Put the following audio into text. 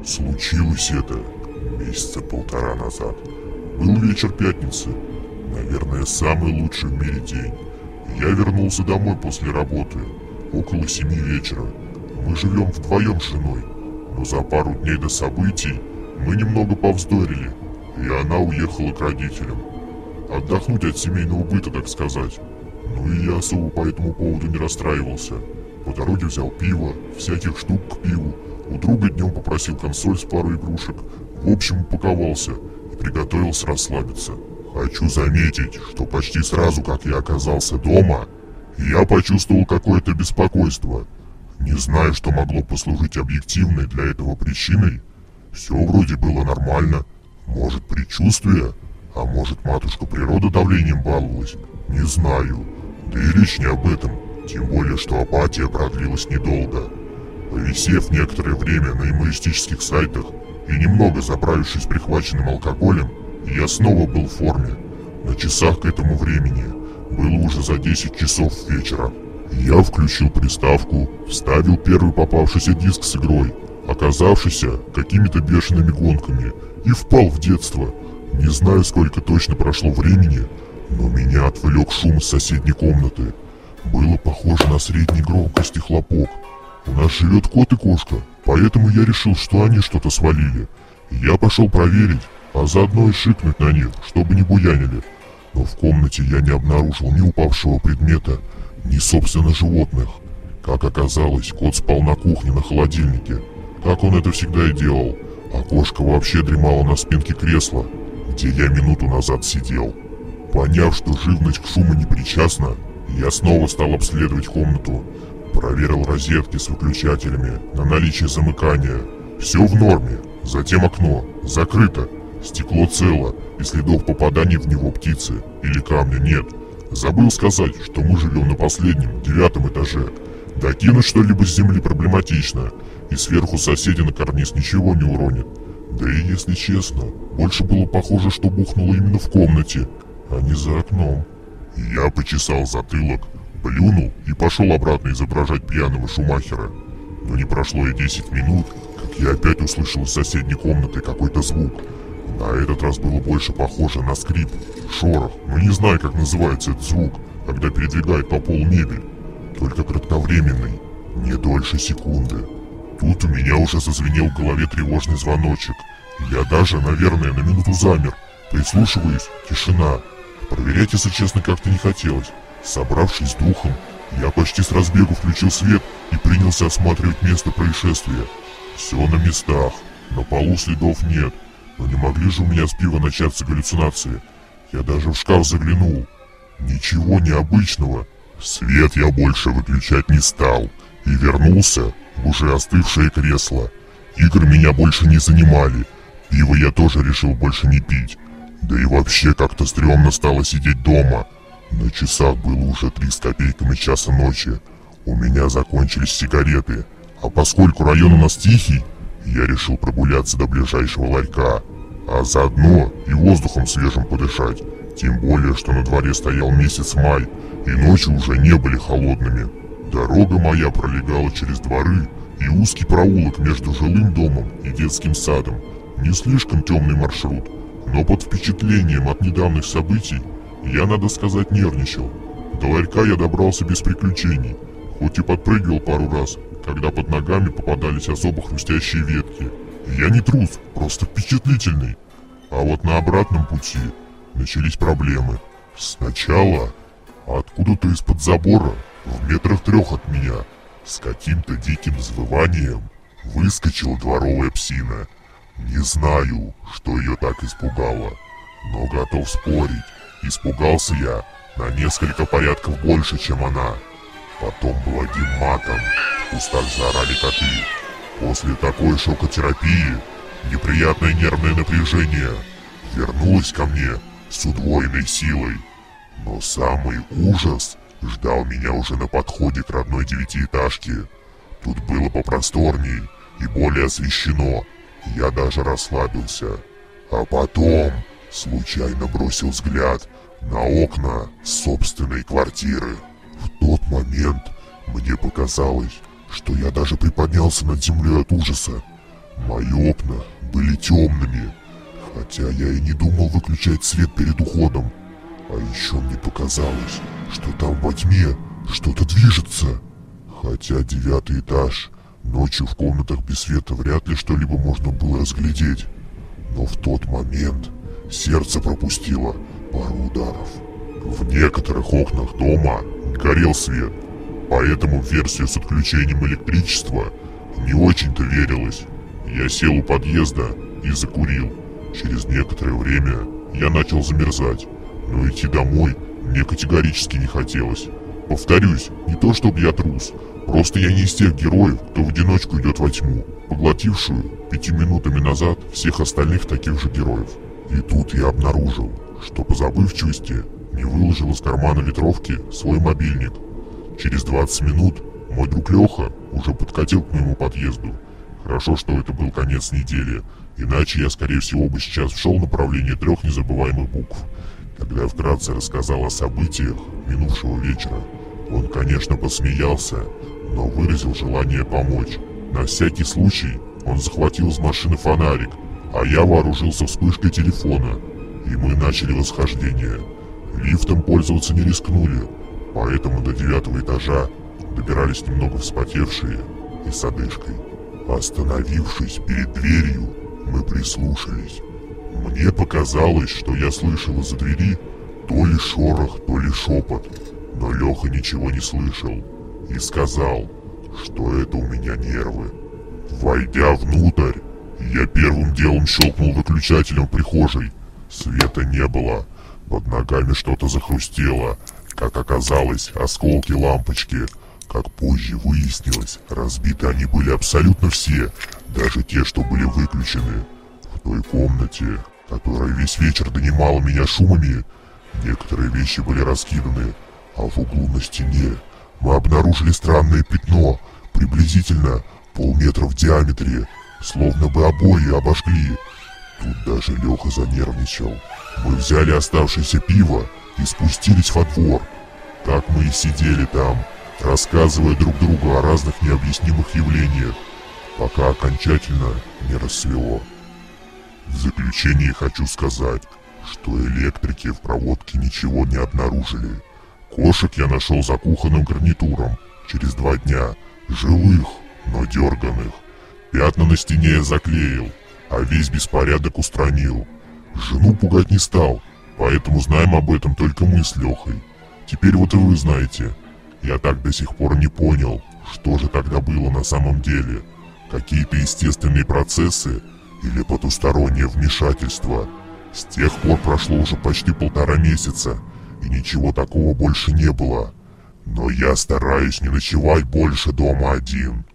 Случилось это месяца полтора назад. Был вечер пятницы, наверное, самый лучший в мире день. Я вернулся домой после работы, около 7 вечера. Мы живем вдвоем с женой, но за пару дней до событий мы немного повздорили, и она уехала к родителям. Отдохнуть от семейного быта, так сказать. Ну и я особо по этому поводу не расстраивался. По дороге взял пиво, всяких штук к пиву. У друга днем попросил консоль с парой игрушек. В общем, упаковался и приготовился расслабиться. Хочу заметить, что почти сразу, как я оказался дома, я почувствовал какое-то беспокойство. Не знаю, что могло послужить объективной для этого причиной. Все вроде было нормально. Может, предчувствие? А может, матушка природа давлением баловалась? Не знаю. Да и речь не об этом. Тем более, что апатия продлилась недолго. Повисев некоторое время на юмористических сайтах и немного заправившись прихваченным алкоголем, я снова был в форме. На часах к этому времени было уже за 10 часов вечера. Я включил приставку, вставил первый попавшийся диск с игрой, оказавшийся какими-то бешеными гонками, и впал в детство. Не знаю, сколько точно прошло времени, но меня отвлек шум из соседней комнаты. Было похоже на средней громкости хлопок. У нас живет кот и кошка, поэтому я решил, что они что-то свалили. Я пошел проверить, а заодно и шикнуть на них, чтобы не буянили. Но в комнате я не обнаружил ни упавшего предмета, ни, собственно, животных. Как оказалось, кот спал на кухне на холодильнике, как он это всегда и делал, а кошка вообще дремала на спинке кресла, где я минуту назад сидел. Поняв, что живность к шуму не причастна, я снова стал обследовать комнату. Проверил розетки с выключателями на наличие замыкания. Все в норме. Затем окно закрыто. Стекло цело, и следов попаданий в него птицы или камня нет. Забыл сказать, что мы живем на последнем, 9-м этаже. Докинуть что-либо с земли проблематично, и сверху соседи на карниз ничего не уронят. Да и если честно, больше было похоже, что бухнуло именно в комнате, а не за окном. Я почесал затылок, плюнул и пошел обратно изображать пьяного Шумахера. Но не прошло и 10 минут, как я опять услышал из соседней комнаты какой-то звук. На этот раз было больше похоже на скрип, шорох, но не знаю, как называется этот звук, когда передвигает по полу мебель. Только кратковременный, не дольше секунды. Тут у меня уже зазвенел в голове тревожный звоночек. Я даже, наверное, на минуту замер. Прислушиваюсь, тишина. Проверять, если честно, как-то не хотелось. Собравшись с духом, я почти с разбегу включил свет и принялся осматривать место происшествия. Все на местах, на полу следов нет. Но не могли же у меня с пива начаться галлюцинации. Я даже в шкаф заглянул. Ничего необычного. Свет я больше выключать не стал и вернулся в уже остывшее кресло. Игры меня больше не занимали. Пиво я тоже решил больше не пить. Да и вообще как-то стрёмно стало сидеть дома. На часах было уже 3 с копейками часа ночи. У меня закончились сигареты. А поскольку район у нас тихий, я решил прогуляться до ближайшего ларька. А заодно и воздухом свежим подышать. Тем более, что на дворе стоял месяц май, и ночи уже не были холодными. Дорога моя пролегала через дворы и узкий проулок между жилым домом и детским садом. Не слишком темный маршрут, но под впечатлением от недавних событий я, надо сказать, нервничал. До ларька я добрался без приключений, хоть и подпрыгивал пару раз, когда под ногами попадались особо хрустящие ветки. Я не трус, просто впечатлительный. А вот на обратном пути начались проблемы. Сначала откуда-то из-под забора, в 3 метрах от меня, с каким-то диким завыванием выскочила дворовая псина. Не знаю, что ее так испугало, но готов спорить, испугался я на несколько порядков больше, чем она. Потом благим матом в кустах заорали коты. После такой шокотерапии неприятное нервное напряжение вернулось ко мне с удвоенной силой. Но самый ужас ждал меня уже на подходе к родной 9-этажке. Тут было попросторней и более освещено. Я даже расслабился. А потом случайно бросил взгляд на окна собственной квартиры. В тот момент мне показалось, что я даже приподнялся над землей от ужаса. Мои окна были темными, хотя я и не думал выключать свет перед уходом. А еще мне показалось, что там во тьме что-то движется. Хотя 9-й этаж, ночью в комнатах без света вряд ли что-либо можно было разглядеть. Но в тот момент сердце пропустило пару ударов. В некоторых окнах дома горел свет, поэтому в версию с отключением электричества не очень-то верилось. Я сел у подъезда и закурил. Через некоторое время я начал замерзать, но идти домой мне категорически не хотелось. Повторюсь, не то чтобы я трус, просто я не из тех героев, кто в одиночку идет во тьму, поглотившую 5 минутами назад всех остальных таких же героев. И тут я обнаружил, что по забывчивости не выложил из кармана ветровки свой мобильник. Через 20 минут мой друг Леха уже подкатил к моему подъезду. Хорошо, что это был конец недели, иначе я, скорее всего, бы сейчас шел в направлении 3 незабываемых букв. Когда я вкратце рассказал о событиях минувшего вечера, он, конечно, посмеялся, но выразил желание помочь. На всякий случай он захватил из машины фонарик, а я вооружился вспышкой телефона, и мы начали восхождение. Лифтом пользоваться не рискнули, поэтому до 9-го этажа добирались немного вспотевшие и с одышкой. Остановившись перед дверью, мы прислушались. Мне показалось, что я слышал из-за двери то ли шорох, то ли шепот, но Леха ничего не слышал и сказал, что это у меня нервы. Войдя внутрь, я первым делом щелкнул выключателем в прихожей. Света не было, под ногами что-то захрустело, как оказалось, осколки лампочки. Как позже выяснилось, разбиты они были абсолютно все, даже те, что были выключены. В той комнате, которая весь вечер донимала меня шумами, некоторые вещи были раскиданы, а в углу на стене мы обнаружили странное пятно, приблизительно полметра в диаметре, словно бы обои обожгли. Тут даже Леха занервничал. Мы взяли оставшееся пиво и спустились во двор. Так мы и сидели там, рассказывая друг другу о разных необъяснимых явлениях, пока окончательно не рассвело. В заключение хочу сказать, что электрики в проводке ничего не обнаружили. Кошек я нашел за кухонным гарнитуром через 2 дня, живых, но дерганых. Пятна на стене я заклеил, а весь беспорядок устранил. Жену пугать не стал, поэтому знаем об этом только мы с Лехой. Теперь вот и вы знаете. Я так до сих пор не понял, что же тогда было на самом деле. Какие-то естественные процессы или потустороннее вмешательство. С тех пор прошло уже почти 1,5 месяца, и ничего такого больше не было. Но я стараюсь не ночевать больше дома один.